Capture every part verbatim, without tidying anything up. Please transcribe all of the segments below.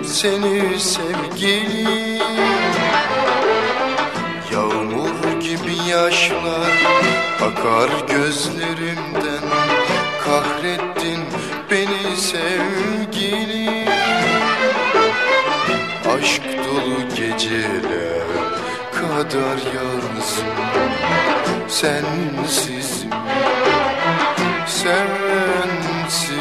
seni sevgilim. Yağmur gibi yaşlar akar gözlerimden. Kahrettin beni sevgilim. Aşk dolu geceler kadar yalnızım, sensizim, sensiz.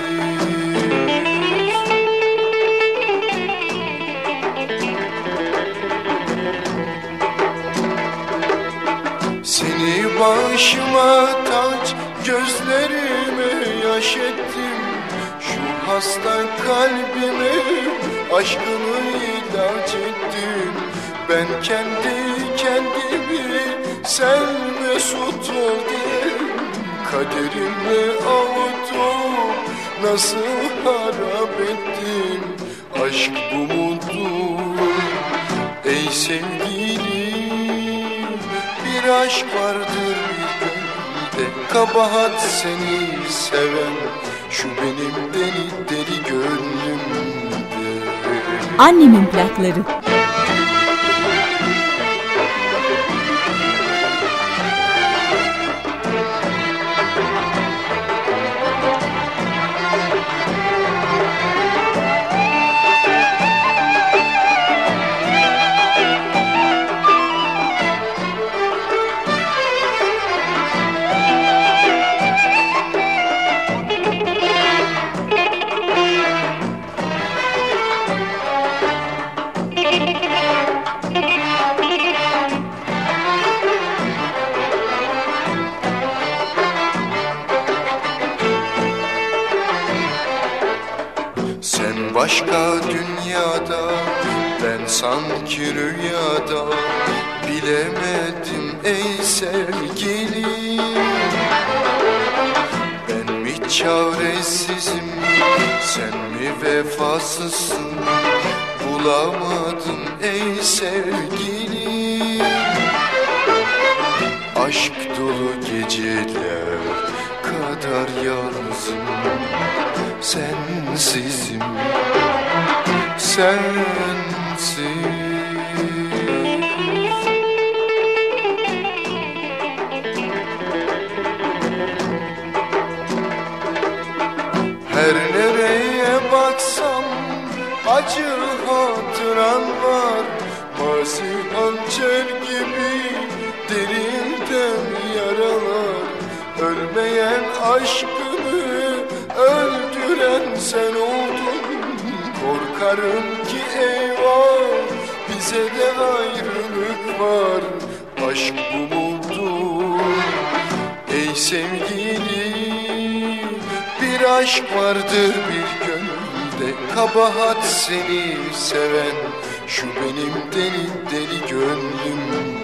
Seni başıma taç, gözlerime yaş ettim. Şu hasta kalbime aşkını ilaç ettim. Ben kendi kendimi sen mesut ol diye kaderimle avutup nasıl harap ettim. Aşk bu mudur ey sevgilim? Bir aşk vardır bir gönülde, kabahat seni seven şu benim deli deli gönlümde. Annemin plakları. Başka dünyada, ben sanki rüyada, bilemedim ey sevgilim. Ben mi çaresizim, sen mi vefasızsın? Bulamadım ey sevgilim. Aşk dolu geceler kadar yalnızım, sensizim, sensiz. Her nereye baksam acı hatıran var. Mazi hançer gibi derinden yaralar. Ölmeyen aşkımı öldüren sen oldun. Korkarım ki eyvah, bize de ayrılık var. Aşk bu mudur ey sevgilim? Bir aşk vardır bir gönülde, kabahat seni seven şu benim deli deli gönlümde.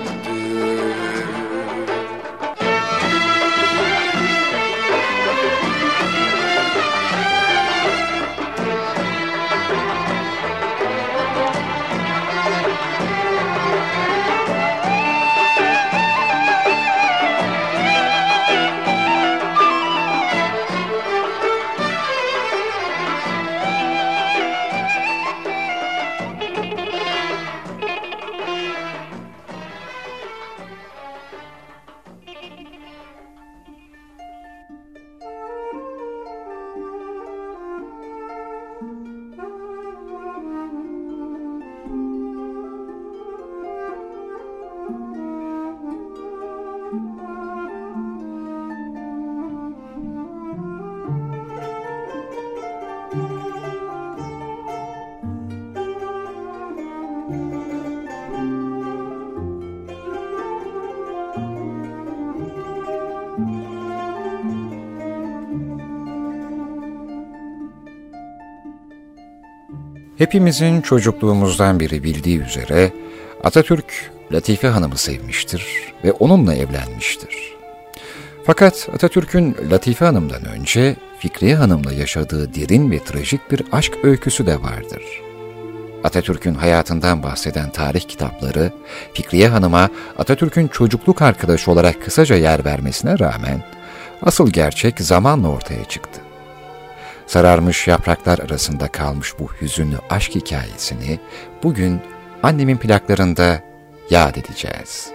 Hepimizin çocukluğumuzdan beri bildiği üzere Atatürk Latife Hanım'ı sevmiştir ve onunla evlenmiştir. Fakat Atatürk'ün Latife Hanım'dan önce Fikriye Hanım'la yaşadığı derin ve trajik bir aşk öyküsü de vardır. Atatürk'ün hayatından bahseden tarih kitapları, Fikriye Hanım'a Atatürk'ün çocukluk arkadaşı olarak kısaca yer vermesine rağmen, asıl gerçek zamanla ortaya çıktı. Sararmış yapraklar arasında kalmış bu hüzünlü aşk hikayesini bugün annemin plaklarında yad edeceğiz.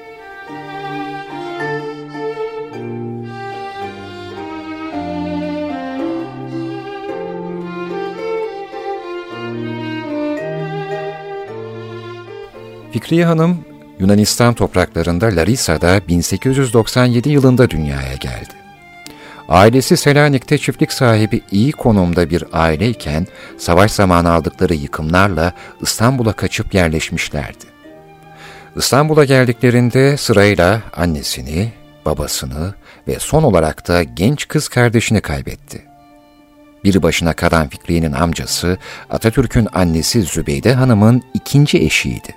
Fikriye Hanım, Yunanistan topraklarında Larissa'da bin sekiz yüz doksan yedi yılında dünyaya geldi. Ailesi Selanik'te çiftlik sahibi iyi konumda bir aileyken savaş zamanı aldıkları yıkımlarla İstanbul'a kaçıp yerleşmişlerdi. İstanbul'a geldiklerinde sırayla annesini, babasını ve son olarak da genç kız kardeşini kaybetti. Bir başına kalan Fikriye'nin amcası Atatürk'ün annesi Zübeyde Hanım'ın ikinci eşiydi.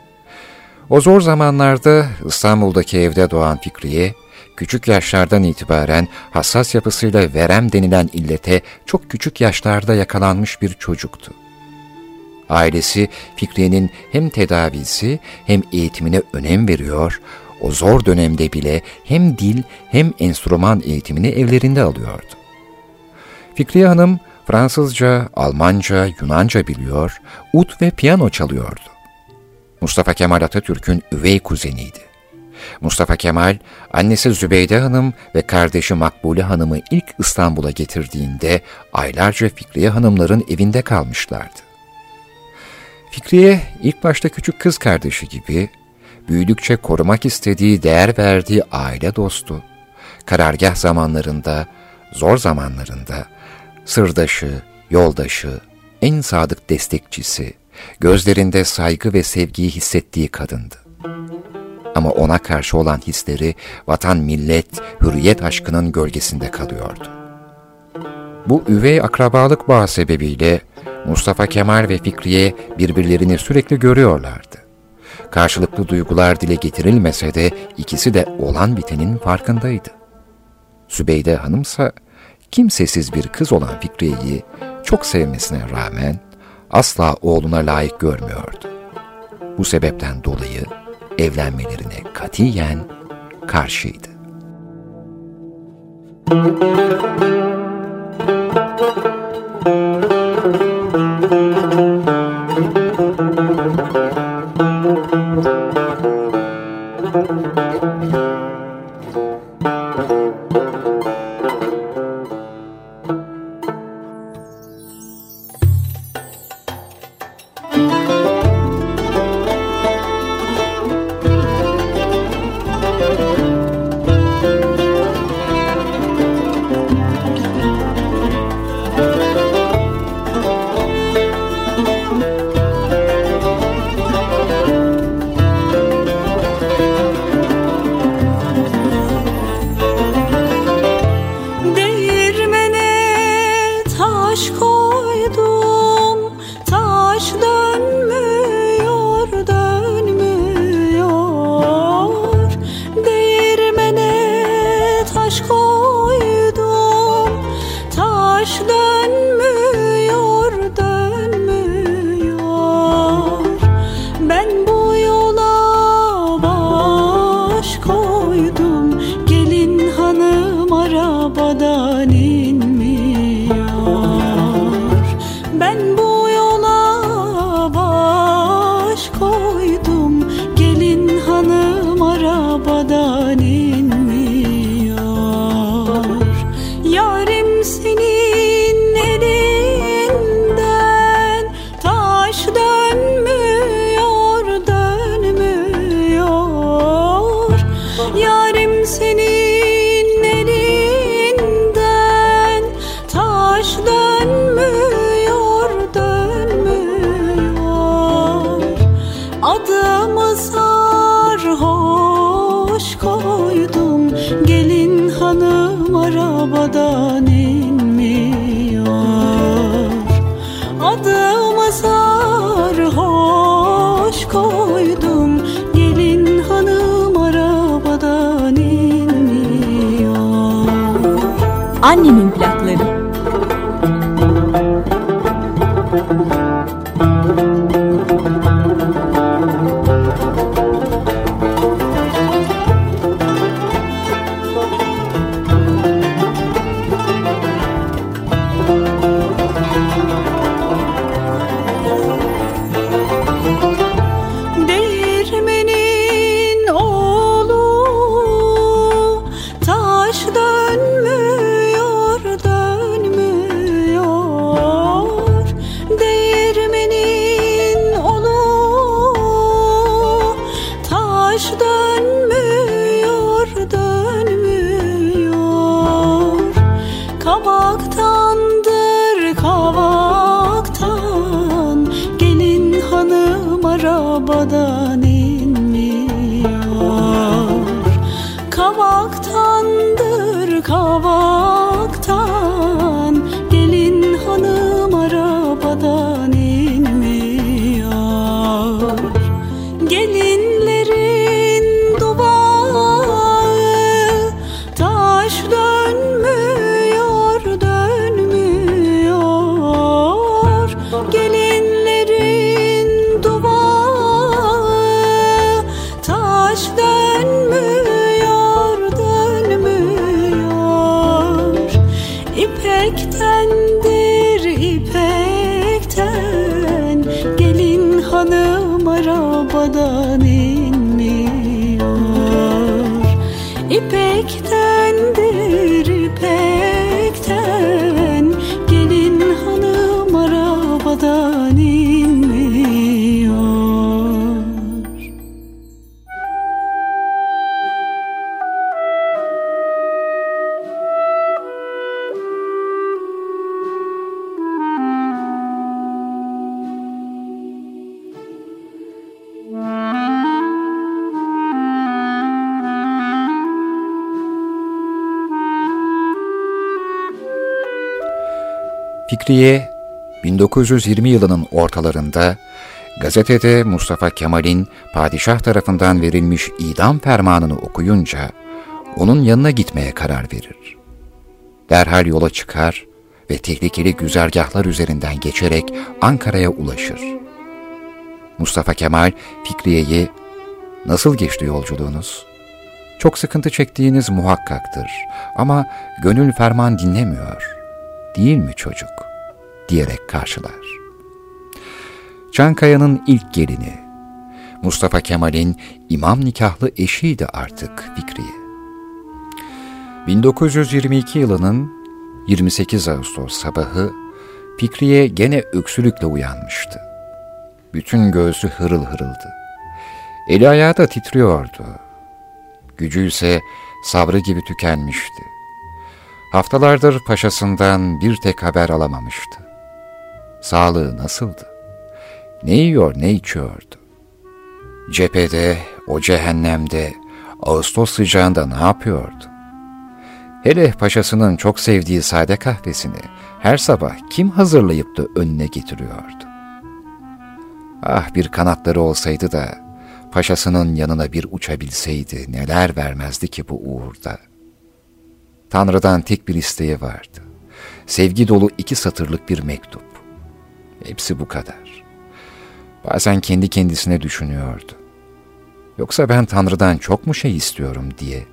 O zor zamanlarda İstanbul'daki evde doğan Fikriye, küçük yaşlardan itibaren hassas yapısıyla verem denilen illete çok küçük yaşlarda yakalanmış bir çocuktu. Ailesi Fikriye'nin hem tedavisi hem eğitimine önem veriyor, o zor dönemde bile hem dil hem enstrüman eğitimini evlerinde alıyordu. Fikriye Hanım Fransızca, Almanca, Yunanca biliyor, ut ve piyano çalıyordu. Mustafa Kemal Atatürk'ün üvey kuzeniydi. Mustafa Kemal, annesi Zübeyde Hanım ve kardeşi Makbule Hanım'ı ilk İstanbul'a getirdiğinde aylarca Fikriye Hanımların evinde kalmışlardı. Fikriye ilk başta küçük kız kardeşi gibi, büyüdükçe korumak istediği, değer verdiği aile dostu, karargah zamanlarında, zor zamanlarında, sırdaşı, yoldaşı, en sadık destekçisi, gözlerinde saygı ve sevgiyi hissettiği kadındı. Ama ona karşı olan hisleri vatan, millet, hürriyet aşkının gölgesinde kalıyordu. Bu üvey akrabalık bağı sebebiyle Mustafa Kemal ve Fikriye birbirlerini sürekli görüyorlardı. Karşılıklı duygular dile getirilmese de ikisi de olan bitenin farkındaydı. Zübeyde Hanımsa kimsesiz bir kız olan Fikriye'yi çok sevmesine rağmen asla oğluna layık görmüyordu. Bu sebepten dolayı evlenmelerine katiyen karşıydı. Annemin plakları. arabadan inmiyor. Kavaktandır kavaktan, gelin hanım arabadan inmiyor. Gelinlerin duvağı taş dönmüyor, dönmüyor. Gelinlerin duvağı taş dönmüyor, dönmüyor. İpektendir ipekten, gelin hanım arabadan inmiyor. İpektendir ipekten, gelin hanım arabadan inmiyor. Fikriye, bin dokuz yüz yirmi yılının ortalarında gazetede Mustafa Kemal'in padişah tarafından verilmiş idam fermanını okuyunca onun yanına gitmeye karar verir. Derhal yola çıkar ve tehlikeli güzergahlar üzerinden geçerek Ankara'ya ulaşır. Mustafa Kemal Fikriye'yi "Nasıl geçti yolculuğunuz? Çok sıkıntı çektiğiniz muhakkaktır ama gönül ferman dinlemiyor. Değil mi çocuk?" diyerek karşılar. Çankaya'nın ilk gelini, Mustafa Kemal'in imam nikahlı eşiydi artık Fikriye. bin dokuz yüz yirmi iki yılının yirmi sekiz Ağustos sabahı Fikriye gene öksürükle uyanmıştı. Bütün göğsü hırıl hırıldı. Eli ayağı da titriyordu. Gücü ise sabrı gibi tükenmişti. Haftalardır paşasından bir tek haber alamamıştı. Sağlığı nasıldı? Ne yiyor, ne içiyordu? Cephede, o cehennemde, Ağustos sıcağında ne yapıyordu? Hele paşasının çok sevdiği sade kahvesini her sabah kim hazırlayıp da önüne getiriyordu? Ah, bir kanatları olsaydı da paşasının yanına bir uçabilseydi neler vermezdi ki bu uğurda. Tanrı'dan tek bir isteği vardı. Sevgi dolu iki satırlık bir mektup. Hepsi bu kadar. Bazen kendi kendisine düşünüyordu. Yoksa ben Tanrı'dan çok mu şey istiyorum diye.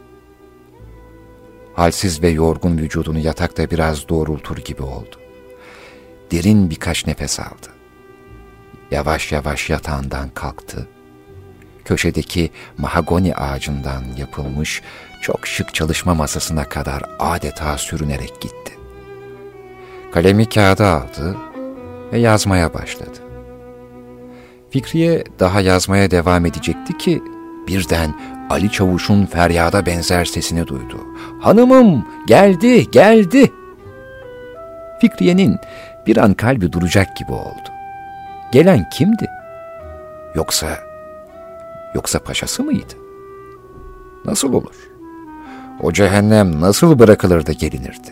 Halsiz ve yorgun vücudunu yatakta biraz doğrultur gibi oldu. Derin birkaç nefes aldı. Yavaş yavaş yatağından kalktı. Köşedeki mahagoni ağacından yapılmış çok şık çalışma masasına kadar adeta sürünerek gitti. Kalemi kağıda aldı ve yazmaya başladı. Fikriye daha yazmaya devam edecekti ki birden Ali Çavuş'un feryada benzer sesini duydu. "Hanımım, geldi, geldi!" Fikriye'nin bir an kalbi duracak gibi oldu. Gelen kimdi? Yoksa, yoksa paşası mıydı? Nasıl olur? O cehennem nasıl bırakılır da gelinirdi?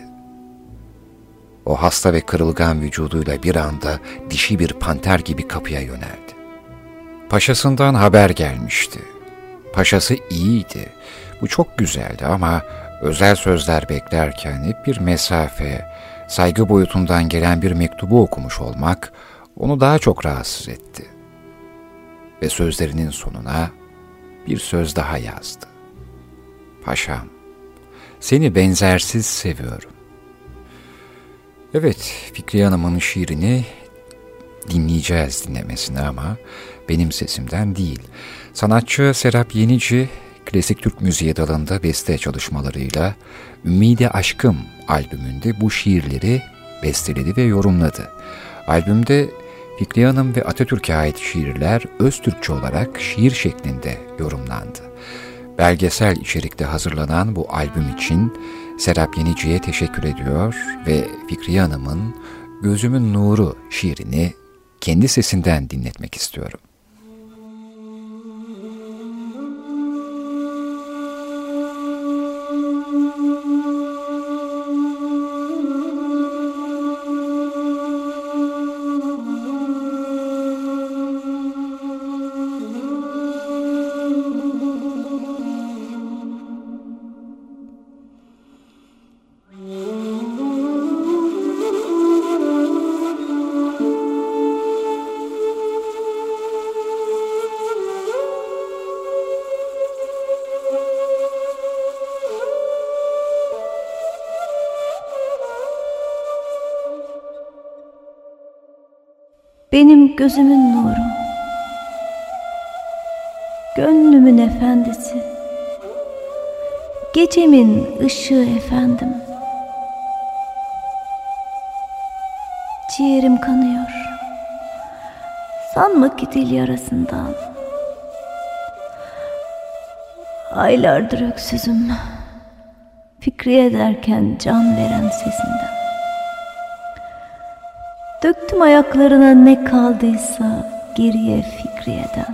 O hasta ve kırılgan vücuduyla bir anda dişi bir panter gibi kapıya yöneldi. Paşasından haber gelmişti. Paşası iyiydi. Bu çok güzeldi ama özel sözler beklerken hep bir mesafe, saygı boyutundan gelen bir mektubu okumuş olmak onu daha çok rahatsız etti. Ve sözlerinin sonuna bir söz daha yazdı. "Paşam, seni benzersiz seviyorum." Evet, Fikriye Hanım'ın şiirini dinleyeceğiz dinlemesini ama benim sesimden değil. Sanatçı Serap Yenici, klasik Türk müziği dalında beste çalışmalarıyla Ümmide Aşkım albümünde bu şiirleri besteledi ve yorumladı. Albümde Fikriye Hanım ve Atatürk'e ait şiirler Öztürkçe olarak şiir şeklinde yorumlandı. Belgesel içerikte hazırlanan bu albüm için Serap Yenici'ye teşekkür ediyor ve Fikriye Hanım'ın Gözümün Nuru şiirini kendi sesinden dinletmek istiyorum. benim gözümün nuru, gönlümün efendisi, gecemin ışığı efendim. Ciğerim kanıyor, sanma ki dil yarasından. Aylardır öksüzüm, Fikriye derken can veren sesinden. Döktüm ayaklarına ne kaldıysa geriye Fikriye'den.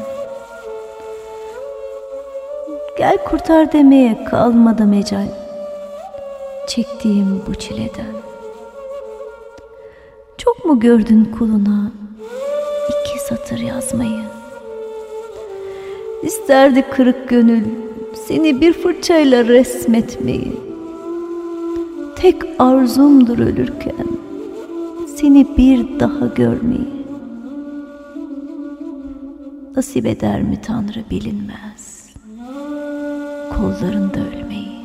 Gel kurtar demeye kalmadı mecal, çektiğim bu çileden. Çok mu gördün kuluna iki satır yazmayı? İsterdi kırık gönül seni bir fırçayla resmetmeyi. Tek arzumdur ölürken seni bir daha görmeyi. Nasip eder mi Tanrı bilinmez, kollarında ölmeyi.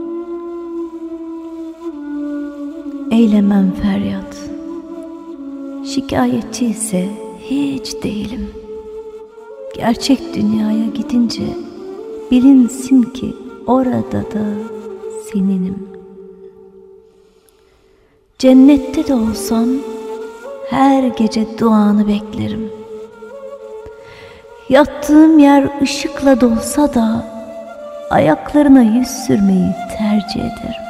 Eylemem feryat, şikayetçi ise hiç değilim. Gerçek dünyaya gidince bilinsin ki orada da seninim. Cennette de olsam her gece duanı beklerim. Yattığım yer ışıkla dolsa da ayaklarına yüz sürmeyi tercih ederim.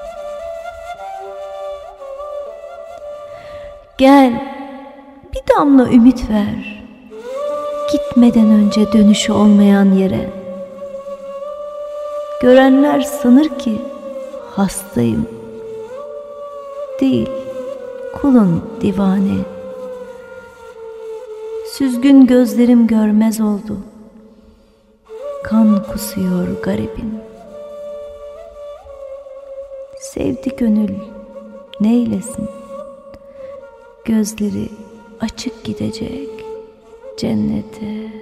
Gel, bir damla ümit ver, gitmeden önce dönüşü olmayan yere. Görenler sanır ki hastayım, değil kulun divane. Süzgün gözlerim görmez oldu, kan kusuyor garibim. Sevdi gönül neylesin, gözleri açık gidecek cennete.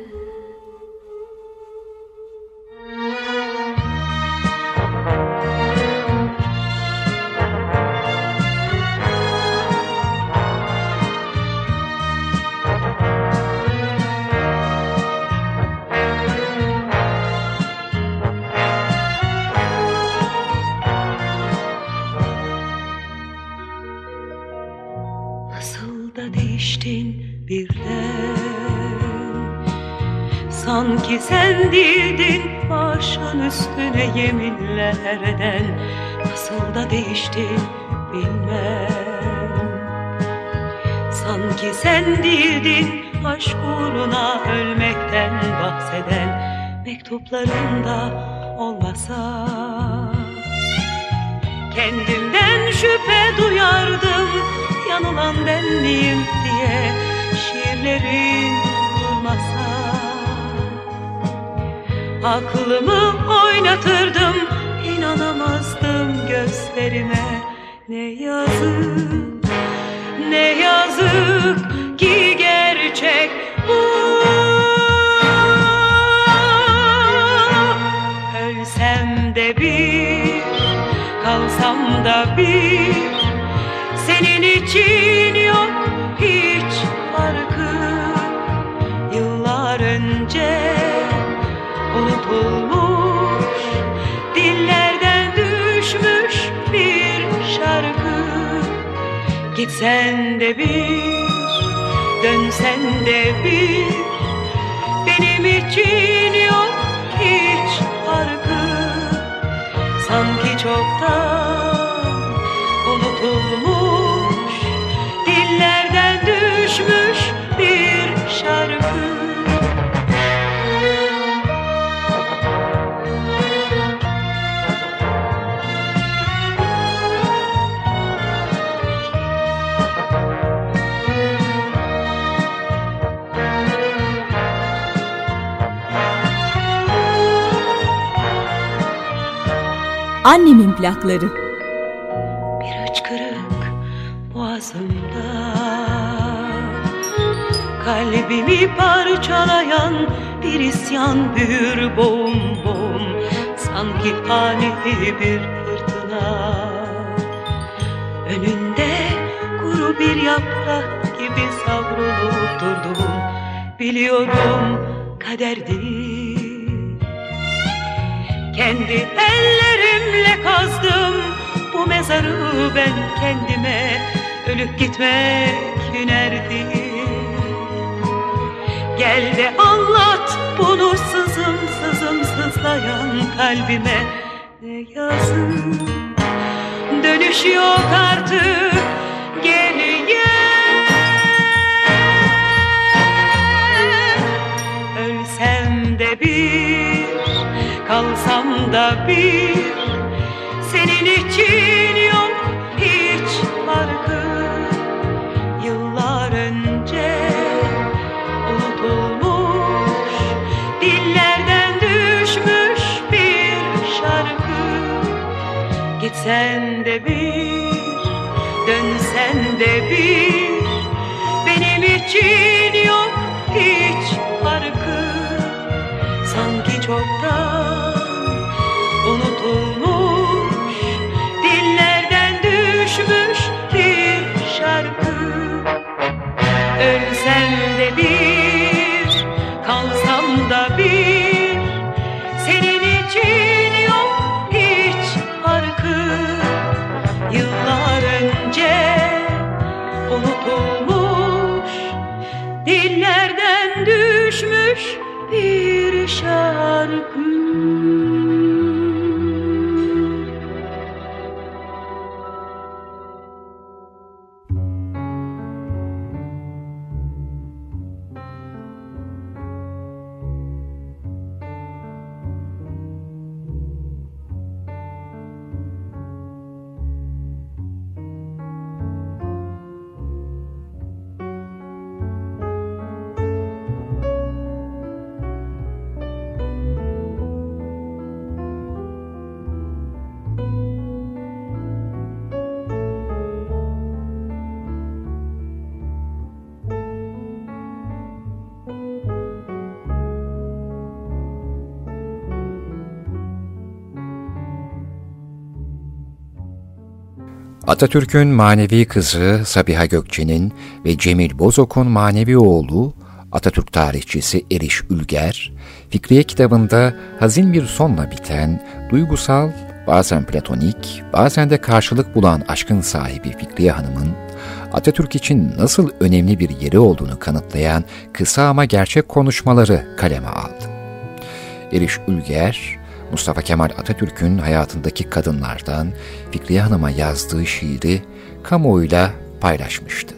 Nasıl da değiştin birden, sanki sen değildin başın üstüne yeminlerden. Nasıl da değiştin bilmem, sanki sen değildin aşk uğruna ölmekten bahseden. Mektuplarında olmasa kendimden şüphe duyardım, yanılan ben miyim diye. Şiirlerin durmasa aklımı oynatırdım, inanamazdım gözlerime. Ne yazık, ne yazık ki gerçek bu. Ölsem de bir, kalsam da bir, senin için yok hiç farkı. Yıllar önce unutulmuş, dillerden düşmüş bir şarkı. Gitsen de bir, dönsen de bir, benim için yok hiç farkı. Sanki çoktan unutulmuş, dillerden düşmüş bir şarkı. Annemin plakları. Bir hıçkırık boğazımda, kalbimi parçalayan bir isyan büyür boğum boğum. Sanki ani bir fırtına, önünde kuru bir yaprak gibi gibi savrulup durdum. Biliyorum kaderdir. Kendi ellerimle kazdım bu mezarı ben kendime. Ölüp gitmek hünerdir. Gel de anlat bunu sızım sızım sızlayan kalbime. Ne yazın dönüş yok artık geriye. Ölsem de bir, kalsam da bir, senin için yok hiç farkı. Yıllar önce unutulmuş, dillerden düşmüş bir şarkı. Gitsen de bir, dönsen de bir, benim için yok hiç farkı. Sanki çoktan unutulmuş, dillerden düşmüş bir şarkı. Ölsem de bir, kalsam da bir, senin için yok hiç farkı. Yıllar önce unutulmuş, dillerden düşmüş bir şarkı. Atatürk'ün manevi kızı Sabiha Gökçen'in ve Cemil Bozok'un manevi oğlu Atatürk tarihçisi Eriş Ülger, Fikriye kitabında hazin bir sonla biten, duygusal, bazen platonik, bazen de karşılık bulan aşkın sahibi Fikriye Hanım'ın Atatürk için nasıl önemli bir yeri olduğunu kanıtlayan kısa ama gerçek konuşmaları kaleme aldı. Eriş Ülger, Mustafa Kemal Atatürk'ün hayatındaki kadınlardan Fikriye Hanım'a yazdığı şiiri kamuoyuyla paylaşmıştı.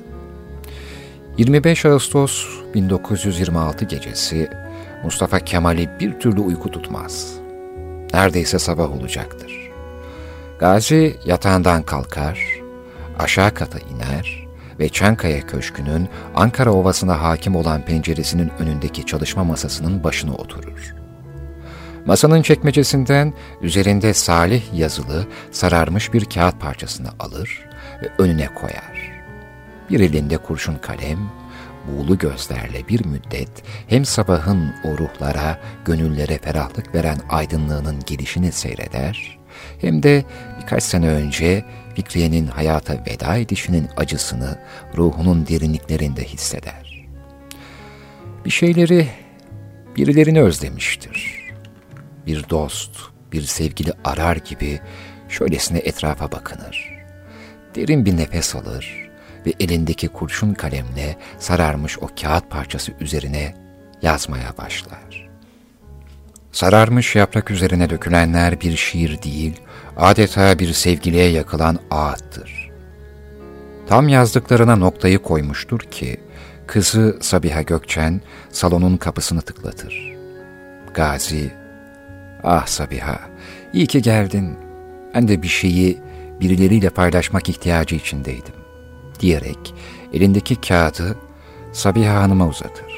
yirmi beş Ağustos bin dokuz yüz yirmi altı gecesi Mustafa Kemal'i bir türlü uyku tutmaz. Neredeyse sabah olacaktır. Gazi yatağından kalkar, aşağı kata iner ve Çankaya Köşkü'nün Ankara Ovası'na hakim olan penceresinin önündeki çalışma masasının başına oturur. Masanın çekmecesinden üzerinde Salih yazılı sararmış bir kağıt parçasını alır ve önüne koyar. Bir elinde kurşun kalem, buğulu gözlerle bir müddet hem sabahın o ruhlara, gönüllere ferahlık veren aydınlığının gelişini seyreder, hem de birkaç sene önce Fikriye'nin hayata veda edişinin acısını ruhunun derinliklerinde hisseder. Bir şeyleri, birilerini özlemiştir. Bir dost, bir sevgili arar gibi şöylesine etrafa bakınır. Derin bir nefes alır ve elindeki kurşun kalemle sararmış o kağıt parçası üzerine yazmaya başlar. Sararmış yaprak üzerine dökülenler bir şiir değil, adeta bir sevgiliye yakılan ağıttır. Tam yazdıklarına noktayı koymuştur ki, kızı Sabiha Gökçen salonun kapısını tıklatır. Gazi, "Ah Sabiha, iyi ki geldin. Ben de bir şeyi birileriyle paylaşmak ihtiyacı içindeydim," diyerek elindeki kağıdı Sabiha Hanım'a uzatır.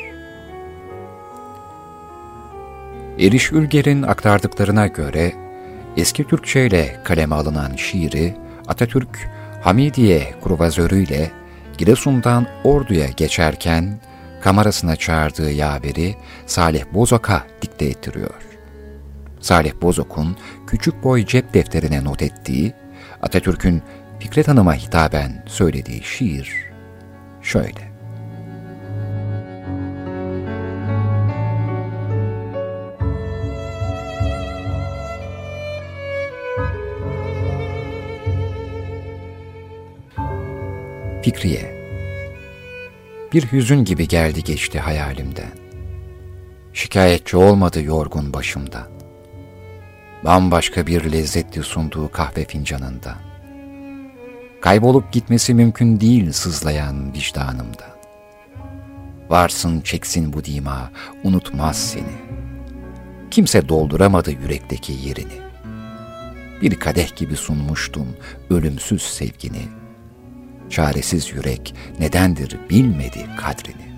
Eriş Ülger'in aktardıklarına göre eski Türkçe ile kaleme alınan şiiri Atatürk, Hamidiye kruvazörüyle Giresun'dan Ordu'ya geçerken kamerasına çağırdığı yaveri Salih Bozok'a dikte ettiriyor. Salih Bozok'un küçük boy cep defterine not ettiği, Atatürk'ün Fikret Hanım'a hitaben söylediği şiir şöyle: Fikriye. Bir hüzün gibi geldi geçti hayalimden. Şikayetçi olmadı yorgun başımdan. Bambaşka bir lezzetli sunduğu kahve fincanından. Kaybolup gitmesi mümkün değil sızlayan vicdanımdan. Varsın çeksin bu dima, unutmaz seni. Kimse dolduramadı yürekteki yerini. Bir kadeh gibi sunmuştun ölümsüz sevgini. Çaresiz yürek nedendir bilmedi kadrini.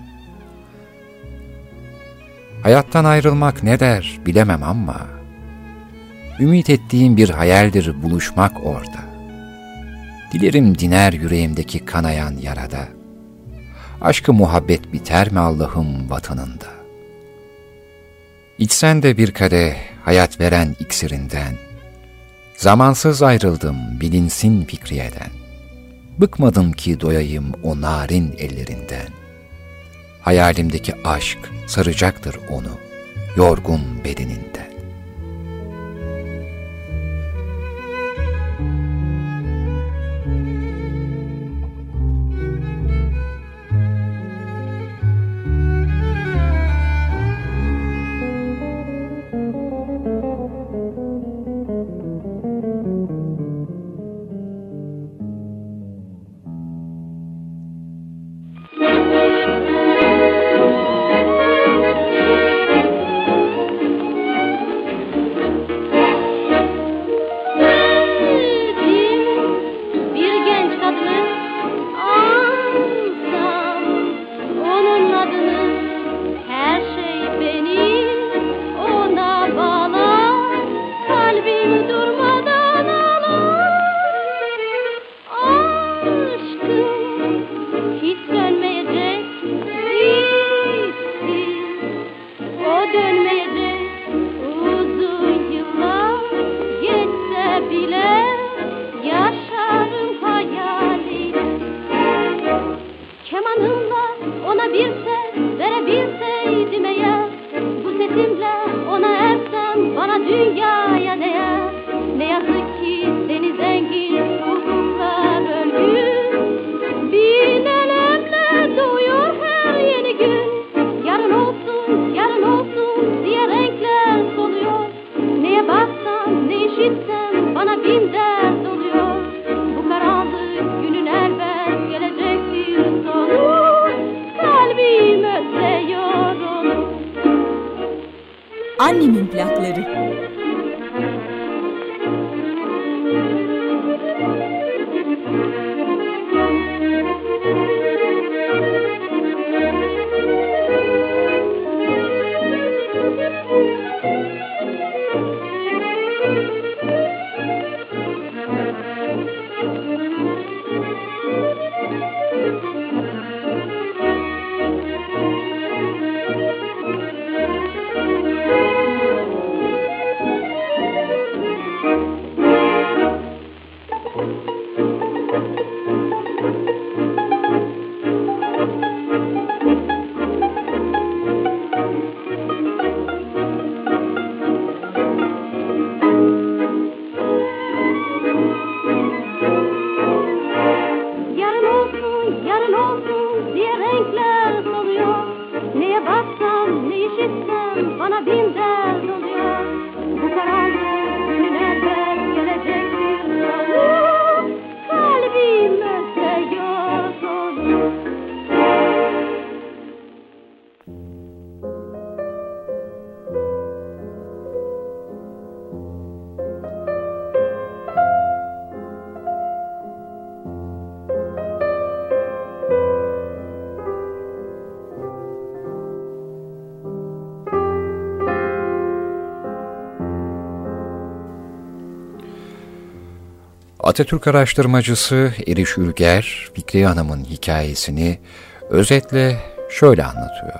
Hayattan ayrılmak ne der bilemem ama ümit ettiğim bir hayaldir buluşmak orada. Dilerim diner yüreğimdeki kanayan yarada. Aşkı muhabbet biter mi Allah'ım vatanında? İçsen de bir kadeh hayat veren iksirinden. Zamansız ayrıldım bilinsin Fikriye'den. Bıkmadım ki doyayım o narin ellerinden. Hayalimdeki aşk saracaktır onu, yorgun bedeninden. Annemin plakları. Atatürk araştırmacısı Eriş Ülger, Fikriye Hanım'ın hikayesini özetle şöyle anlatıyor.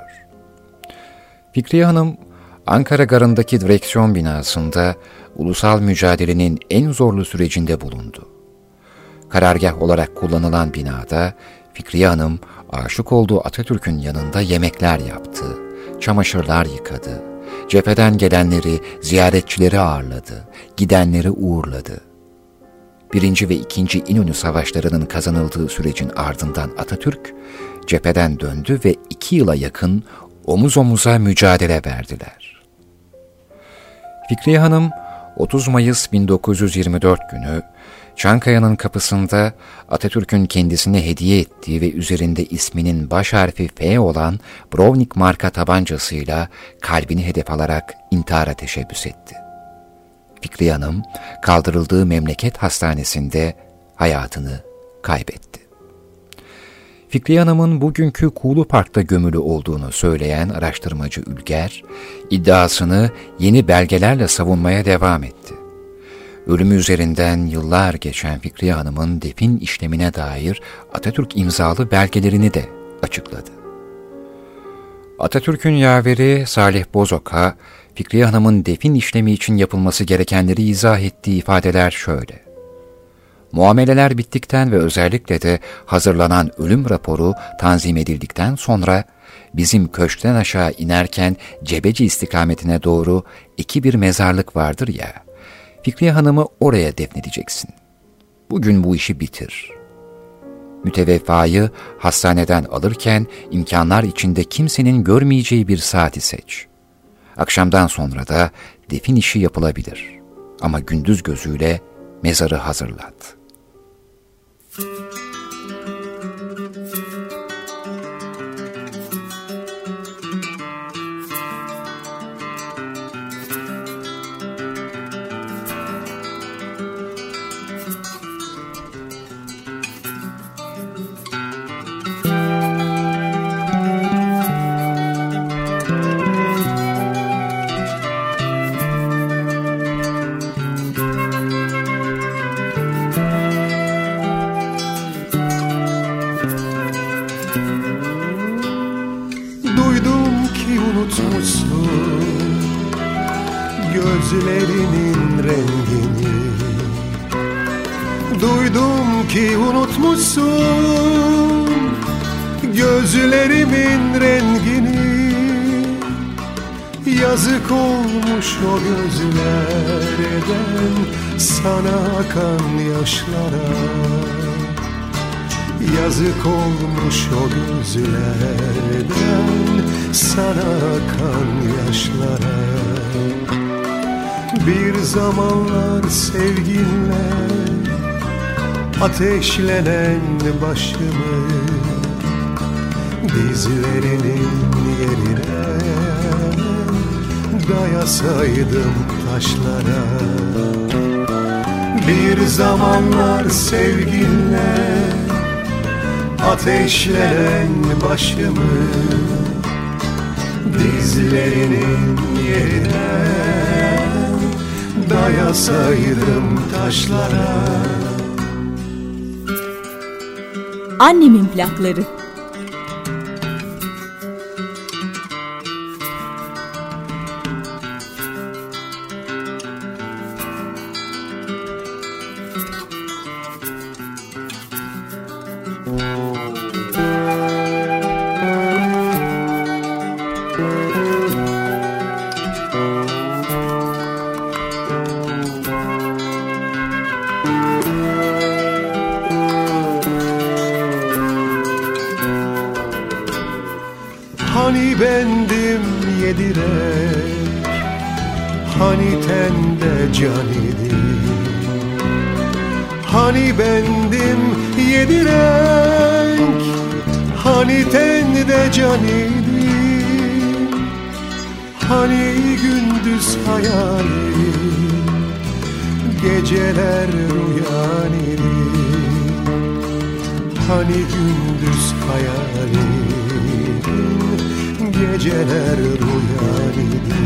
Fikriye Hanım, Ankara Garı'ndaki direksiyon binasında ulusal mücadelenin en zorlu sürecinde bulundu. Karargah olarak kullanılan binada Fikriye Hanım, aşık olduğu Atatürk'ün yanında yemekler yaptı, çamaşırlar yıkadı, cepheden gelenleri, ziyaretçileri ağırladı, gidenleri uğurladı. Birinci ve ikinci İnönü Savaşları'nın kazanıldığı sürecin ardından Atatürk, cepheden döndü ve iki yıla yakın omuz omuza mücadele verdiler. Fikriye Hanım, otuz Mayıs bin dokuz yüz yirmi dört günü Çankaya'nın kapısında Atatürk'ün kendisine hediye ettiği ve üzerinde isminin baş harfi F olan Browning marka tabancasıyla kalbini hedef alarak intihara teşebbüs etti. Fikriye Hanım, kaldırıldığı memleket hastanesinde hayatını kaybetti. Fikriye Hanım'ın bugünkü Kuğulu Park'ta gömülü olduğunu söyleyen araştırmacı Ülger, iddiasını yeni belgelerle savunmaya devam etti. Ölümü üzerinden yıllar geçen Fikriye Hanım'ın defin işlemine dair Atatürk imzalı belgelerini de açıkladı. Atatürk'ün yaveri Salih Bozok'a, Fikriye Hanım'ın defin işlemi için yapılması gerekenleri izah ettiği ifadeler şöyle: Muameleler bittikten ve özellikle de hazırlanan ölüm raporu tanzim edildikten sonra bizim köşkten aşağı inerken Cebeci istikametine doğru iki bir mezarlık vardır ya, Fikriye Hanım'ı oraya defnedeceksin. Bugün bu işi bitir. Müteveffayı hastaneden alırken imkanlar içinde kimsenin görmeyeceği bir saati seç. Akşamdan sonra da defin işi yapılabilir. Ama gündüz gözüyle mezarı hazırlat. Gözlerinin rengini, duydum ki unutmuşsun gözlerimin rengini. Yazık olmuş o gözlerden sana akan yaşlara. Yazık olmuş o gözlerden sana akan yaşlara. Bir zamanlar sevginle ateşlenen başımı dizlerinin yerine dayasaydım taşlara. Bir zamanlar sevginle ateşlenen başımı dizlerinin yerine dayasaydım taşlara. Annemin plakları. Hani bendim yedirek, hani tende can idi. Hani bendim yedirek, hani tende can idi. Hani gündüz hayali, geceler rüyan idi. Hani gündüz hayali, geceler rüyan idi.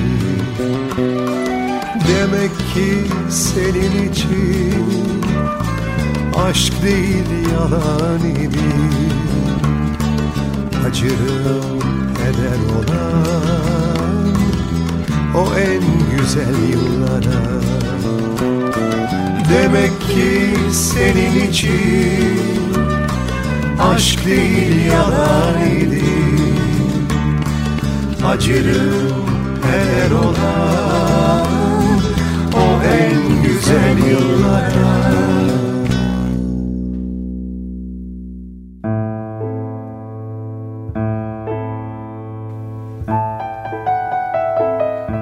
Demek ki senin için aşk değil yalan idi. Acırım eder olan o en güzel yıllara. Demek ki senin için aşk değil yalan idi. Acırım her olan o en güzel yıllara.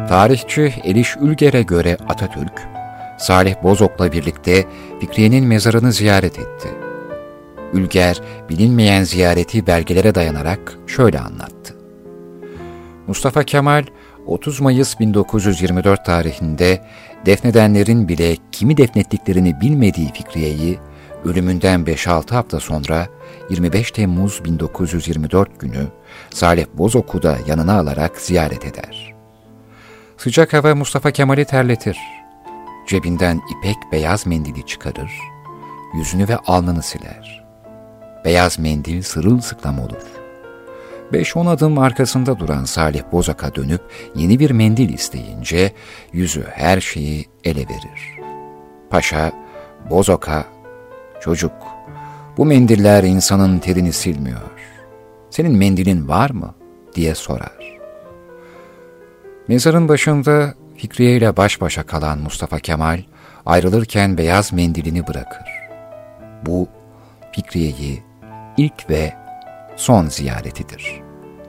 Tarihçi Eliş Ülger'e göre Atatürk, Salih Bozok'la birlikte Fikriye'nin mezarını ziyaret etti. Ülger, bilinmeyen ziyareti belgelere dayanarak şöyle anlattı. Mustafa Kemal, otuz Mayıs bin dokuz yüz yirmi dört tarihinde defnedenlerin bile kimi defnettiklerini bilmediği Fikriye'yi, ölümünden beş altı hafta sonra yirmi beş Temmuz bin dokuz yüz yirmi dört günü Salih Bozok'u da yanına alarak ziyaret eder. Sıcak hava Mustafa Kemal'i terletir. Cebinden ipek beyaz mendili çıkarır, yüzünü ve alnını siler. Beyaz mendil sırılsıklam olur. Beş on adım arkasında duran Salih Bozok'a dönüp yeni bir mendil isteyince yüzü her şeyi ele verir. Paşa Bozok'a, "Çocuk, bu mendiller insanın terini silmiyor. Senin mendilin var mı?" diye sorar. Mezarın başında Fikriye ile baş başa kalan Mustafa Kemal ayrılırken beyaz mendilini bırakır. Bu Fikriye'yi ilk ve son ziyaretidir.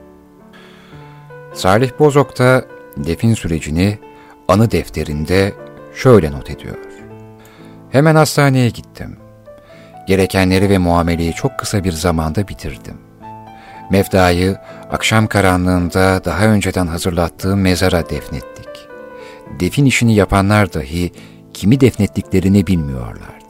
Salih Bozok da defin sürecini anı defterinde şöyle not ediyor. "Hemen hastaneye gittim. Gerekenleri ve muameleyi çok kısa bir zamanda bitirdim. Mevda'yı akşam karanlığında daha önceden hazırlattığım mezara defnettik. Defin işini yapanlar dahi kimi defnettiklerini bilmiyorlardı."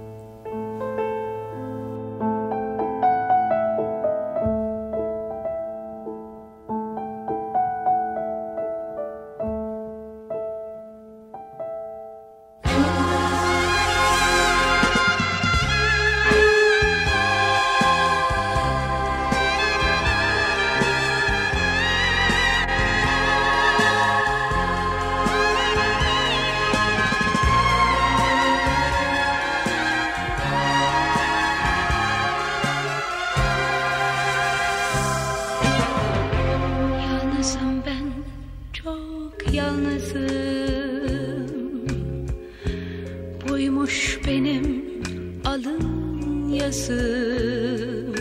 Buymuş benim alın yazım,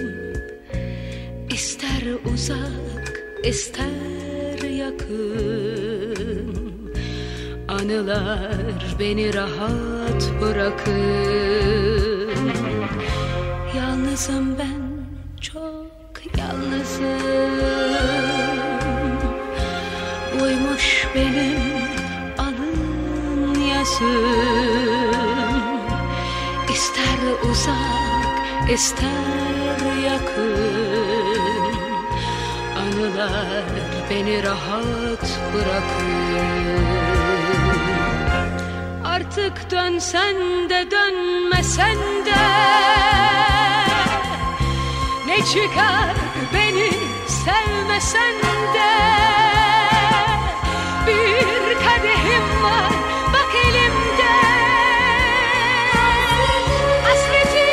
İster uzak ister yakın, anılar beni rahat bırakın. Yalnızım ben, çok yalnızım. Buymuş benim alın yazım, İster uzak ister yakın, anılar beni rahat bırakın. Artık dönsen de dönmesen de ne çıkar beni sevmesen de, bir kadehim var bak elimde, hasreti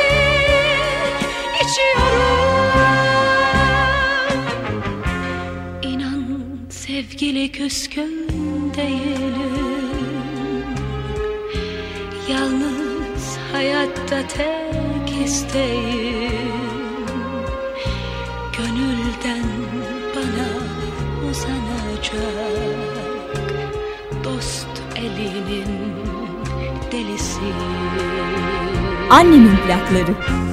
içiyorum. İnan sevgili küskün değilim, yalnız hayatta tek isteğim gönülden bana uzanacak dost elinin delisi. Annemin plakları.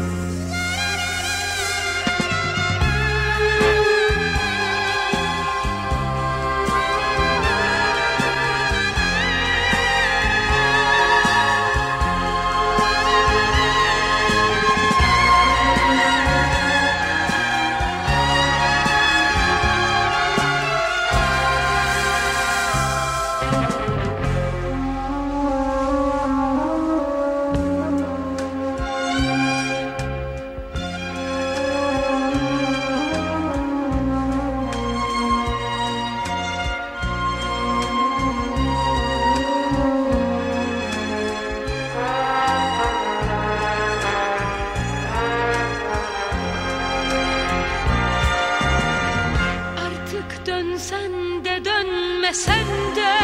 Dönsen de dönmesen de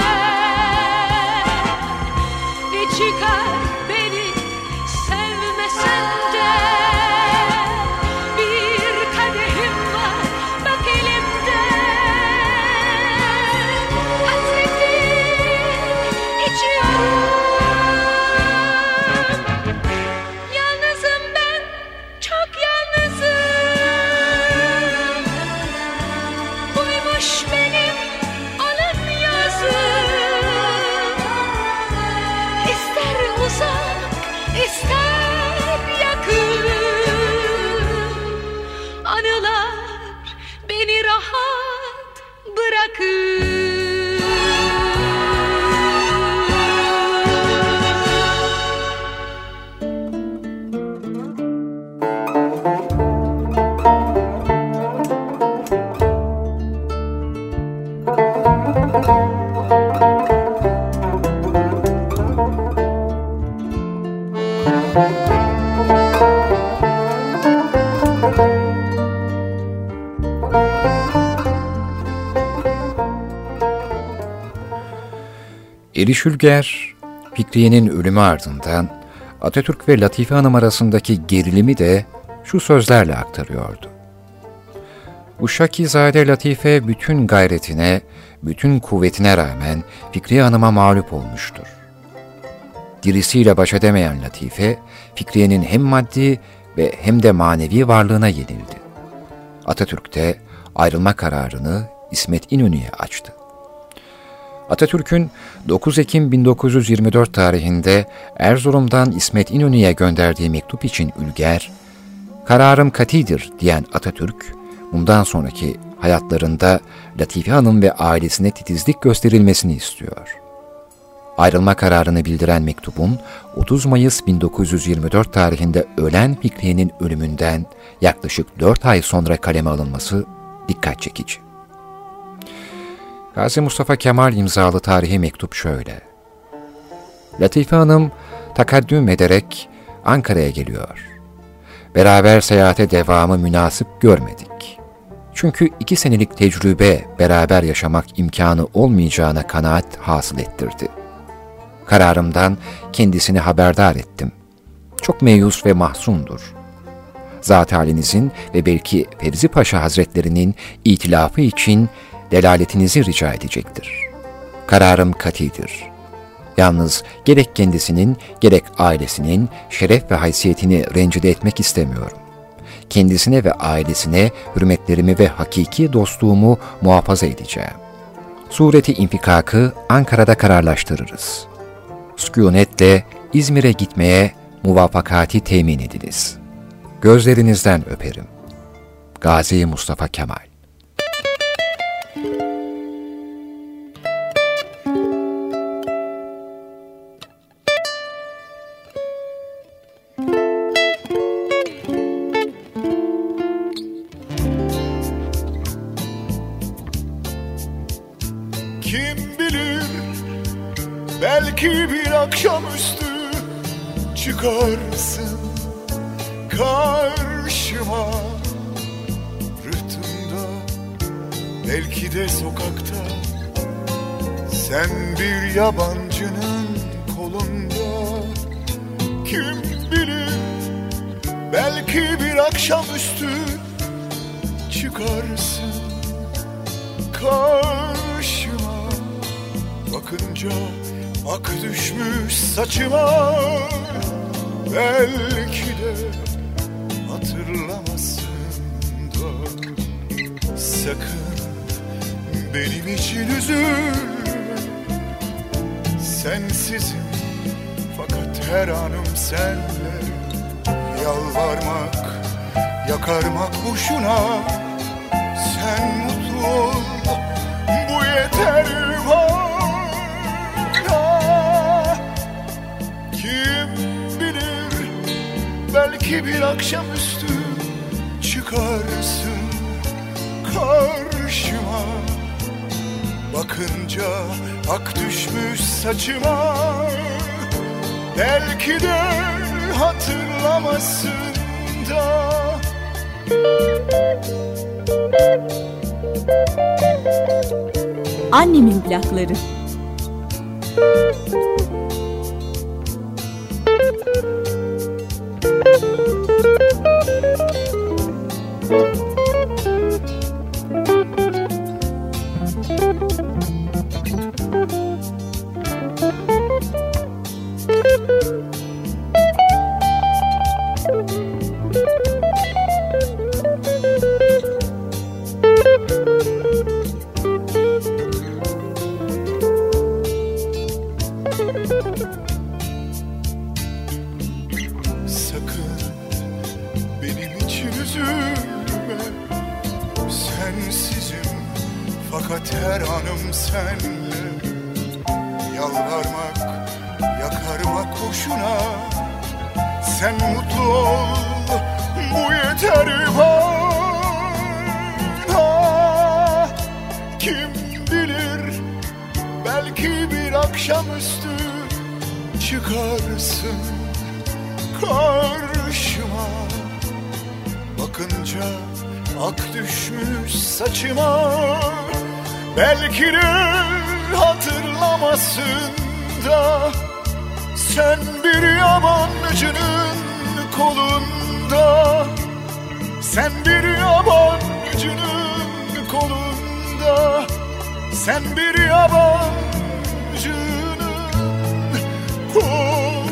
ne çıkar beni sevmesen de, bir kadehim var bak elimde, hasreti Eriş Ülger, Fikriye'nin ölümü ardından Atatürk ve Latife Hanım arasındaki gerilimi de şu sözlerle aktarıyordu. Uşakizade Latife bütün gayretine, bütün kuvvetine rağmen Fikriye Hanım'a mağlup olmuştur. Dirisiyle baş edemeyen Latife, Fikriye'nin hem maddi ve hem de manevi varlığına yenildi. Atatürk de ayrılma kararını İsmet İnönü'ye açtı. Atatürk'ün dokuz Ekim bin dokuz yüz yirmi dört tarihinde Erzurum'dan İsmet İnönü'ye gönderdiği mektup için Ülger, "Kararım katidir" diyen Atatürk, bundan sonraki hayatlarında Latife Hanım ve ailesine titizlik gösterilmesini istiyor. Ayrılma kararını bildiren mektubun otuz Mayıs bin dokuz yüz yirmi dört tarihinde ölen Fikriye'nin ölümünden yaklaşık dört ay sonra kaleme alınması dikkat çekici. Gazi Mustafa Kemal imzalı tarihi mektup şöyle: Latife Hanım takaddüm ederek Ankara'ya geliyor. Beraber seyahate devamı münasip görmedik. Çünkü iki senelik tecrübe beraber yaşamak imkanı olmayacağına kanaat hasıl ettirdi. Kararımdan kendisini haberdar ettim. Çok meyus ve mahzundur. Zat halinizin ve belki Fevzi Paşa Hazretlerinin itilafı için delaletinizi rica edecektir. Kararım katidir. Yalnız gerek kendisinin gerek ailesinin şeref ve haysiyetini rencide etmek istemiyorum. Kendisine ve ailesine hürmetlerimi ve hakiki dostluğumu muhafaza edeceğim. Sureti infikakı Ankara'da kararlaştırırız. Sükunetle İzmir'e gitmeye muvafakati temin ediniz. Gözlerinizden öperim. Gazi Mustafa Kemal. Kim bilir, belki bir akşamüstü çıkarsın karşıma, rıhtımda, belki de sokakta, sen bir yabancının kolunda. Kim bilir, belki bir akşamüstü çıkarsın karşıma, bakınca ak düşmüş saçıma, belki de hatırlamazsın da. Sakın benim için üzülme, sensizim fakat her anım senle. Yalvarmak, yakarmak boşuna, sen mutlu ol, bu yeter bana. Kim bilir, belki bir akşamüstü çıkarsın karşıma, bakınca ak düşmüş saçıma, belki de hatırlamazsın da. Annemin plakları. Sakın benim için üzülme, sensizim fakat her anım senle. Yalvarmak, yakarmak boşuna, sen mutlu ol, bu yeter bana. Kim bilir, belki bir akşamüstü çıkarsın karşıma, bakınca ak düşmüş saçıma, belki de hatırla mamasında, sen bir yabancının kolunda, sen bir yabancının kolunda, sen bir yabancının kolunda.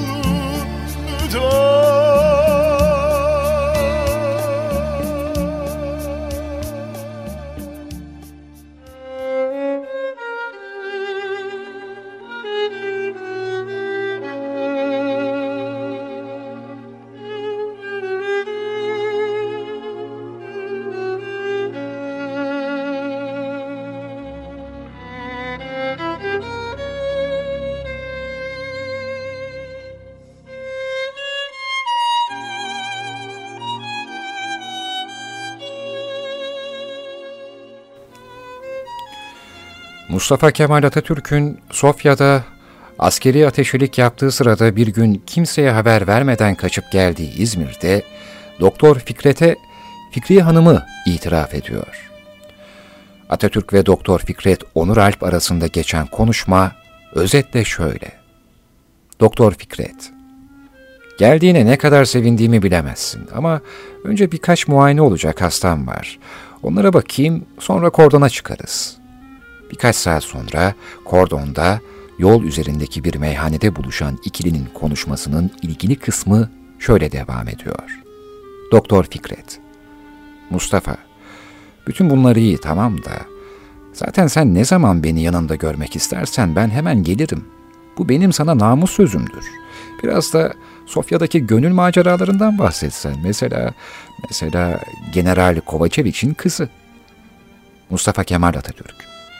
Mustafa Kemal Atatürk'ün Sofya'da askeri ateşelik yaptığı sırada bir gün kimseye haber vermeden kaçıp geldiği İzmir'de Doktor Fikret'e Fikriye Hanım'ı itiraf ediyor. Atatürk ve Doktor Fikret Onuralp arasında geçen konuşma özetle şöyle. Doktor Fikret, geldiğine ne kadar sevindiğimi bilemezsin ama önce birkaç muayene olacak hastam var. Onlara bakayım, sonra kordona çıkarız. Birkaç saat sonra kordonda yol üzerindeki bir meyhanede buluşan ikilinin konuşmasının ilgili kısmı şöyle devam ediyor. Doktor Fikret, Mustafa, bütün bunlar iyi tamam da, zaten sen ne zaman beni yanında görmek istersen ben hemen gelirim. Bu benim sana namus sözümdür. Biraz da Sofya'daki gönül maceralarından bahsetsen, mesela, mesela General Kovaçeviç'in kızı. Mustafa Kemal Atatürk,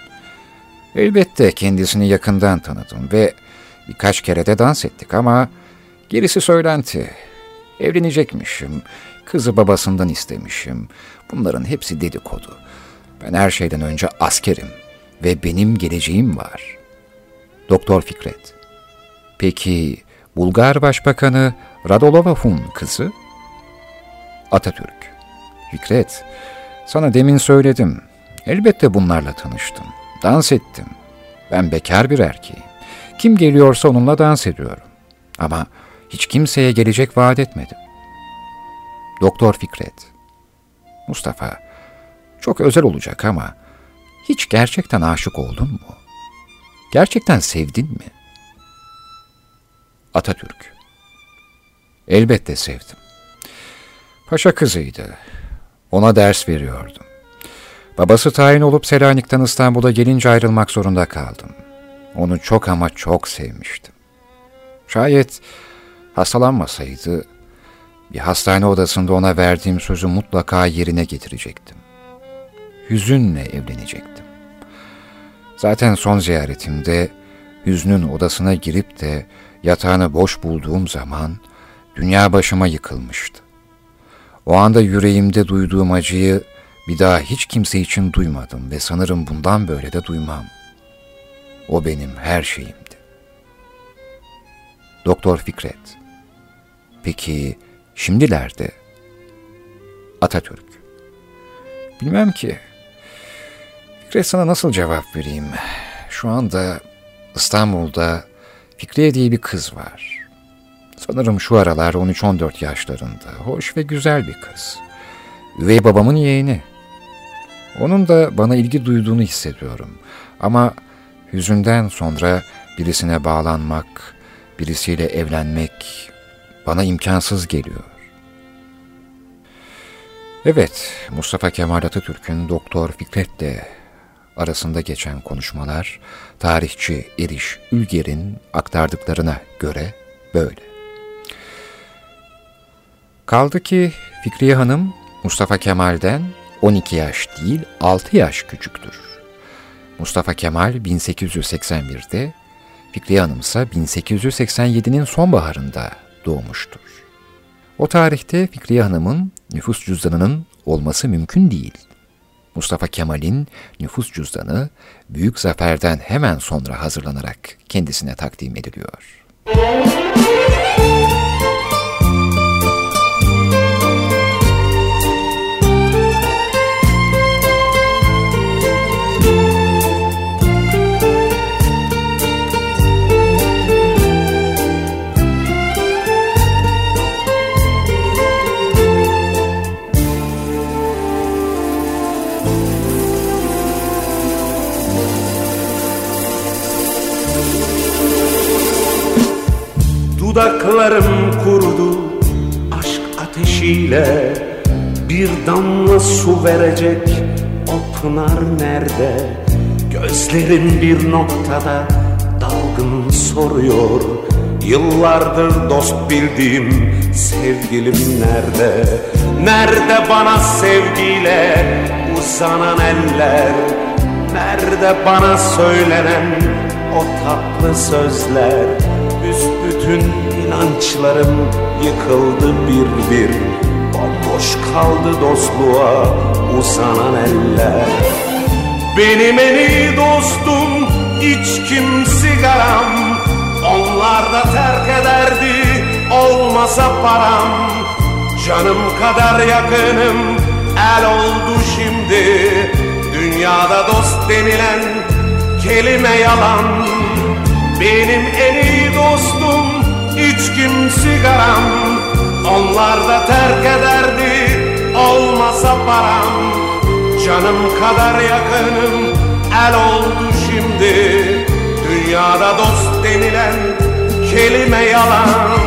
elbette kendisini yakından tanıdım ve birkaç kere de dans ettik ama gerisi söylenti. Evlenecekmişim, kızı babasından istemişim. Bunların hepsi dedikodu. Ben her şeyden önce askerim ve benim geleceğim var. Doktor Fikret, peki Bulgar Başbakanı Radolov'un kızı? Atatürk, Fikret, sana demin söyledim. Elbette bunlarla tanıştım. Dans ettim. Ben bekar bir erkeğim. Kim geliyorsa onunla dans ediyorum. Ama hiç kimseye gelecek vaat etmedim. Doktor Fikret, Mustafa, çok özel olacak ama hiç gerçekten aşık oldun mu? Gerçekten sevdin mi? Atatürk, elbette sevdim. Paşa kızıydı. Ona ders veriyordum. Babası tayin olup Selanik'ten İstanbul'a gelince ayrılmak zorunda kaldım. Onu çok ama çok sevmiştim. Şayet hastalanmasaydı, bir hastane odasında ona verdiğim sözü mutlaka yerine getirecektim. Hüzünle evlenecektim. Zaten son ziyaretimde Hüzn'ün odasına girip de yatağını boş bulduğum zaman dünya başıma yıkılmıştı. O anda yüreğimde duyduğum acıyı bir daha hiç kimse için duymadım ve sanırım bundan böyle de duymam. O benim her şeyimdi. Doktor Fikret, peki şimdilerde? Atatürk, bilmem ki. Fikret, sana nasıl cevap vereyim? Şu anda İstanbul'da Fikriye diye bir kız var. Sanırım şu aralar on üç on dört yaşlarında. Hoş ve güzel bir kız. Üvey babamın yeğeni. Onun da bana ilgi duyduğunu hissediyorum. Ama hüzünden sonra birisine bağlanmak, birisiyle evlenmek bana imkansız geliyor. Evet, Mustafa Kemal Atatürk'ün Doktor Fikret'le arasında geçen konuşmalar, tarihçi Eriş Ülger'in aktardıklarına göre böyle. Kaldı ki Fikriye Hanım, Mustafa Kemal'den on iki yaş değil altı yaş küçüktür. Mustafa Kemal bin sekiz yüz seksen birde, Fikriye Hanım ise bin sekiz yüz seksen yedinin sonbaharında doğmuştur. O tarihte Fikriye Hanım'ın nüfus cüzdanının olması mümkün değil. Mustafa Kemal'in nüfus cüzdanı büyük zaferden hemen sonra hazırlanarak kendisine takdim ediliyor. Dudaklarım kurudu aşk ateşiyle, bir damla su verecek o pınar nerede? Gözlerim bir noktada dalgın soruyor, yıllardır dost bildiğim sevgilim nerede? Nerede bana sevgiyle uzanan eller? Nerede bana söylenen o tatlı sözler? Büsbütün inançlarım yıkıldı bir bir, bomboş kaldı dostluğa uzanan eller. Benim en iyi dostum içkim sigaram, onlar da terk ederdi olmasa param. Canım kadar yakınım el oldu şimdi, dünyada dost denilen kelime yalan. Benim en iyi dostum içkim sigaram, onlar da terk ederdi olmasa param. Canım kadar yakınım el oldu şimdi, dünyada dost denilen kelime yalan.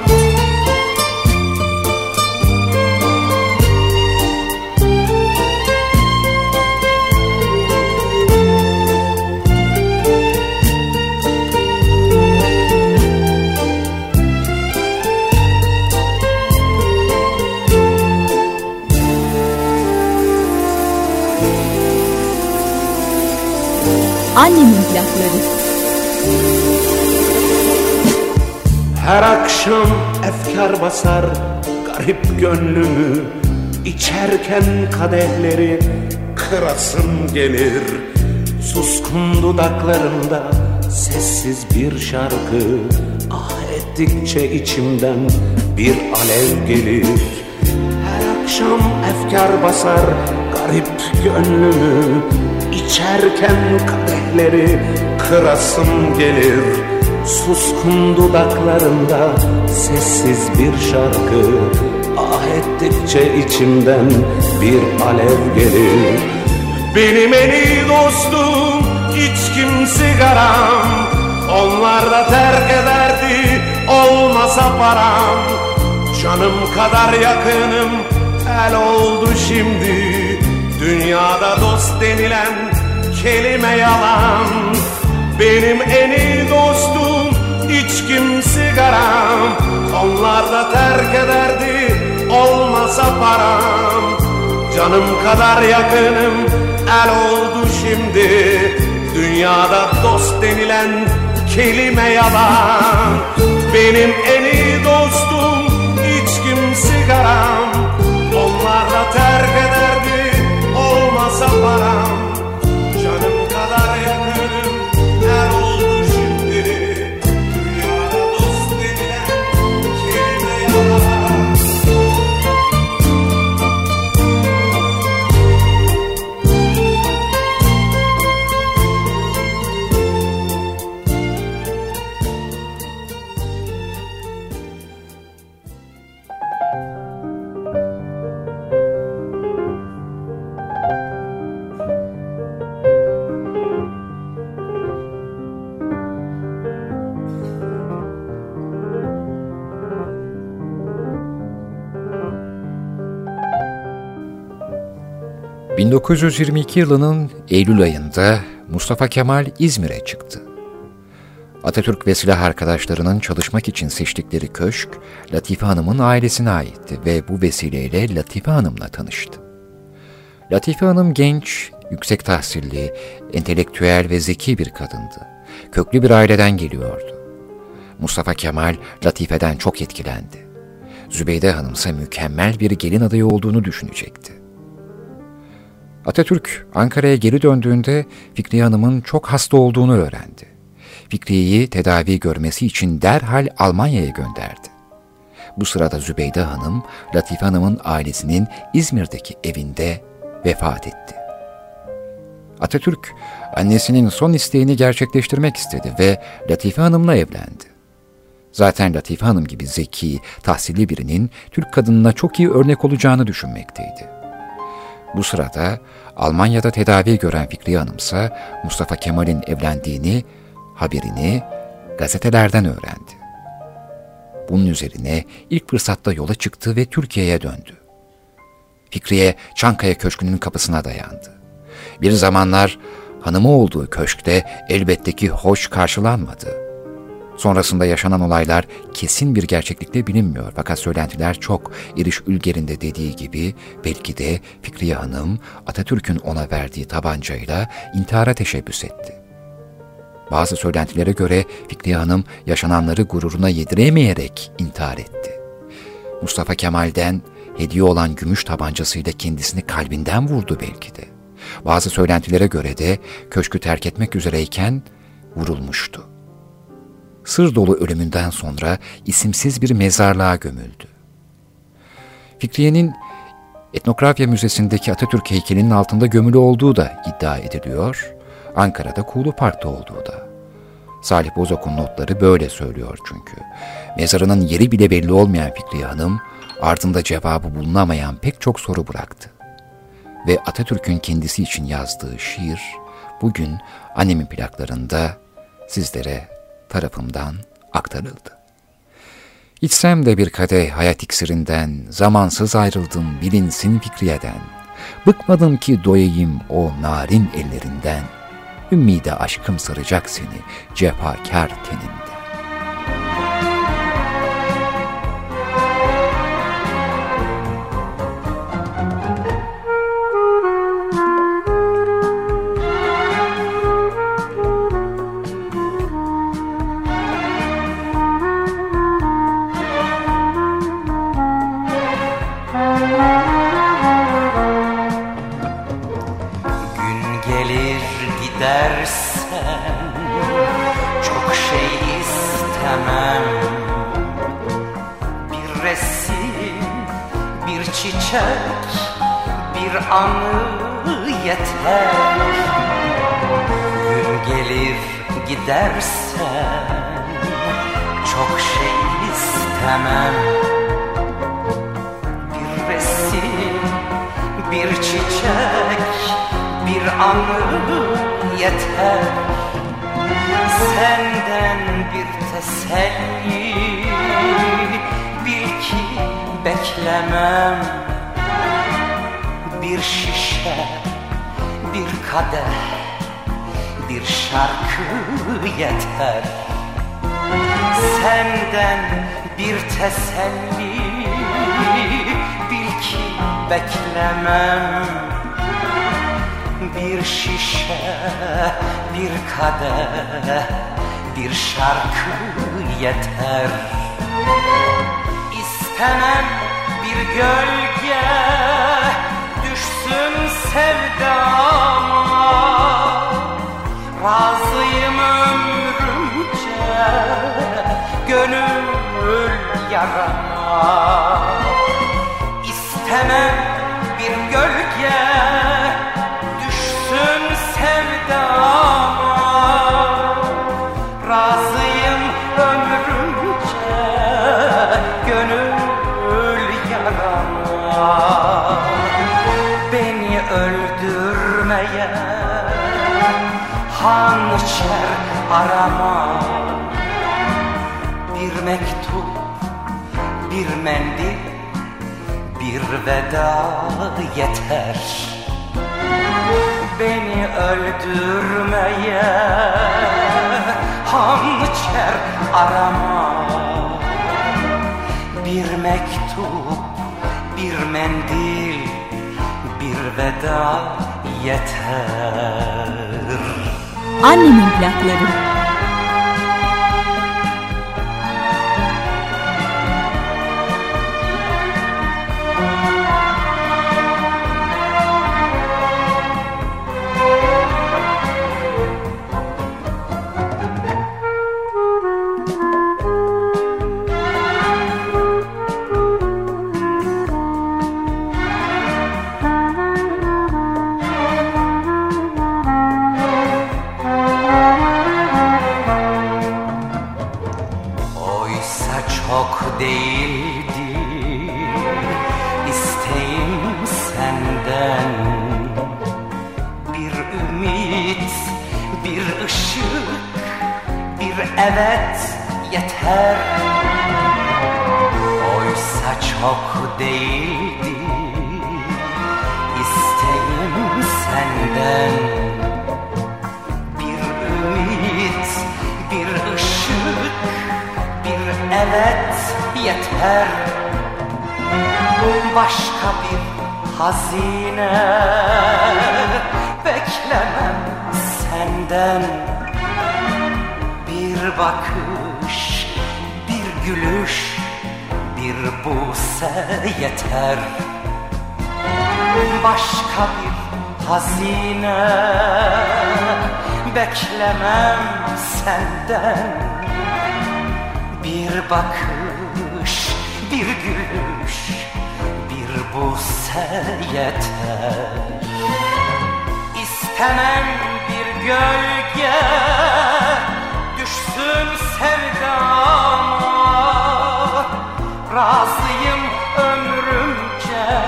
Annemin plakları. Her akşam efkar basar garip gönlümü, içerken kadehleri kırasım gelir. Suskun dudaklarımda sessiz bir şarkı, ah ettikçe içimden bir alev gelir. Her akşam efkar basar garip gönlümü, İçerken kadehleri kırasım gelir. Suskun dudaklarımda sessiz bir şarkı, ah ettikçe içimden bir alev gelir. Benim en iyi dostum içkim sigaram, onlar da terk ederdi olmasa param. Canım kadar yakınım el oldu şimdi, dünyada dost denilen kelime yalan. Benim en iyi dostum içkim sigaram, onlar da terk ederdi olmasa param. Canım kadar yakınım el oldu şimdi, dünyada dost denilen kelime yalan. Benim en iyi dostum içkim sigaram, onlar da terk ederdi olmasa param. Canım kadar yakınım el oldu şimdi, dünyada dost denilen kelime yalan. bin dokuz yüz yirmi iki yılının Eylül ayında Mustafa Kemal İzmir'e çıktı. Atatürk ve silah arkadaşlarının çalışmak için seçtikleri köşk, Latife Hanım'ın ailesine aitti ve bu vesileyle Latife Hanım'la tanıştı. Latife Hanım genç, yüksek tahsilli, entelektüel ve zeki bir kadındı. Köklü bir aileden geliyordu. Mustafa Kemal, Latife'den çok etkilendi. Zübeyde Hanım ise mükemmel bir gelin adayı olduğunu düşünecekti. Atatürk, Ankara'ya geri döndüğünde Fikriye Hanım'ın çok hasta olduğunu öğrendi. Fikriye'yi tedavi görmesi için derhal Almanya'ya gönderdi. Bu sırada Zübeyde Hanım, Latife Hanım'ın ailesinin İzmir'deki evinde vefat etti. Atatürk, annesinin son isteğini gerçekleştirmek istedi ve Latife Hanım'la evlendi. Zaten Latife Hanım gibi zeki, tahsilli birinin Türk kadınına çok iyi örnek olacağını düşünmekteydi. Bu sırada Almanya'da tedavi gören Fikriye Hanım ise Mustafa Kemal'in evlendiğini, haberini gazetelerden öğrendi. Bunun üzerine ilk fırsatta yola çıktı ve Türkiye'ye döndü. Fikriye Çankaya Köşkü'nün kapısına dayandı. Bir zamanlar hanımı olduğu köşkte elbette ki hoş karşılanmadı. Sonrasında yaşanan olaylar kesin bir gerçeklikle bilinmiyor fakat söylentiler çok. İriş Ülger'in de dediği gibi belki de Fikriye Hanım Atatürk'ün ona verdiği tabancayla intihara teşebbüs etti. Bazı söylentilere göre Fikriye Hanım yaşananları gururuna yediremeyerek intihar etti. Mustafa Kemal'den hediye olan gümüş tabancasıyla kendisini kalbinden vurdu belki de. Bazı söylentilere göre de köşkü terk etmek üzereyken vurulmuştu. Sır dolu ölümünden sonra isimsiz bir mezarlığa gömüldü. Fikriye'nin Etnografya Müzesi'ndeki Atatürk heykelinin altında gömülü olduğu da iddia ediliyor, Ankara'da Kuğulu Park'ta olduğu da. Salih Bozok'un notları böyle söylüyor çünkü. Mezarının yeri bile belli olmayan Fikriye Hanım, ardında cevabı bulunamayan pek çok soru bıraktı. Ve Atatürk'ün kendisi için yazdığı şiir, bugün annemin plaklarında sizlere tarafımdan aktarıldı. İçsem de bir kadeh hayat iksirinden, zamansız ayrıldım bilinsin Fikriye'den. Bıkmadım ki doyayım o narin ellerinden, ümmide aşkım saracak seni cefakar teninden. Bir anı yeter. Gün gelir gidersen çok şey istemem. Bir resim, bir çiçek, bir anı yeter. Senden bir teselli bil ki beklemem. Bir şişe, bir kadeh, bir şarkı yeter. Senden bir teselli bil ki beklemem. Bir şişe, bir kadeh, bir şarkı yeter. İstemem bir gölge düşsün sevdama. Razıyım ömrümce gönül yarama. İstemem bir gölge düşsün sevdama. Razıyım ömrümce gönül yarama. Beni öldürmeye hançer arama. Bir mektup, bir mendil, bir veda yeter. Beni öldürmeye hançer arama. Bir mektup, bir mendil, bir veda yeter. Annemin plakları. Çok değildi isteğim senden. Bir ümit, bir ışık, bir evet yeter. çok değildi. İsteğim senden bir ümit, bir ışık, bir evet yeter. Başka bir hazine beklemem senden. Bir bakış, bir gülüş, bir buse yeter. Başka bir hazine beklemem senden. Bir bakış, bir gülüş, bir buse yeter. İstemem bir gölge düşsün sevdama. Razıyım ömrümce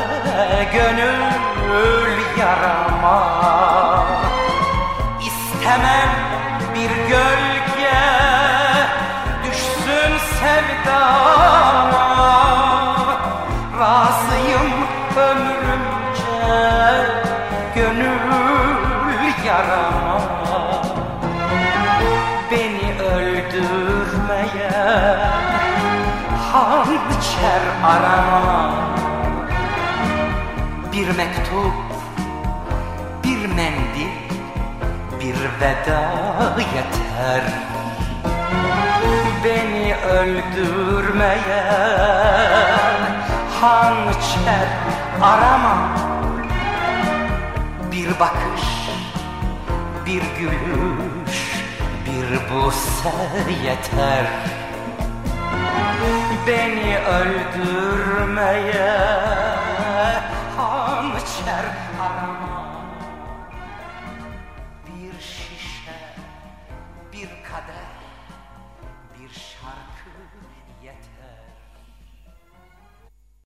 gönül yarama. İstemem bir gölge düşsün sevdama. Razıyım ömrümce gönül yarama. Beni öldürmeye hançer arama. Bir mektup, bir mendil, bir veda yeter. Beni öldürmeye hançer arama. Bir bakış, bir gülüş, bir buse yeter. Beni öldürmeye hançer arama. Bir şişe, bir kadeh,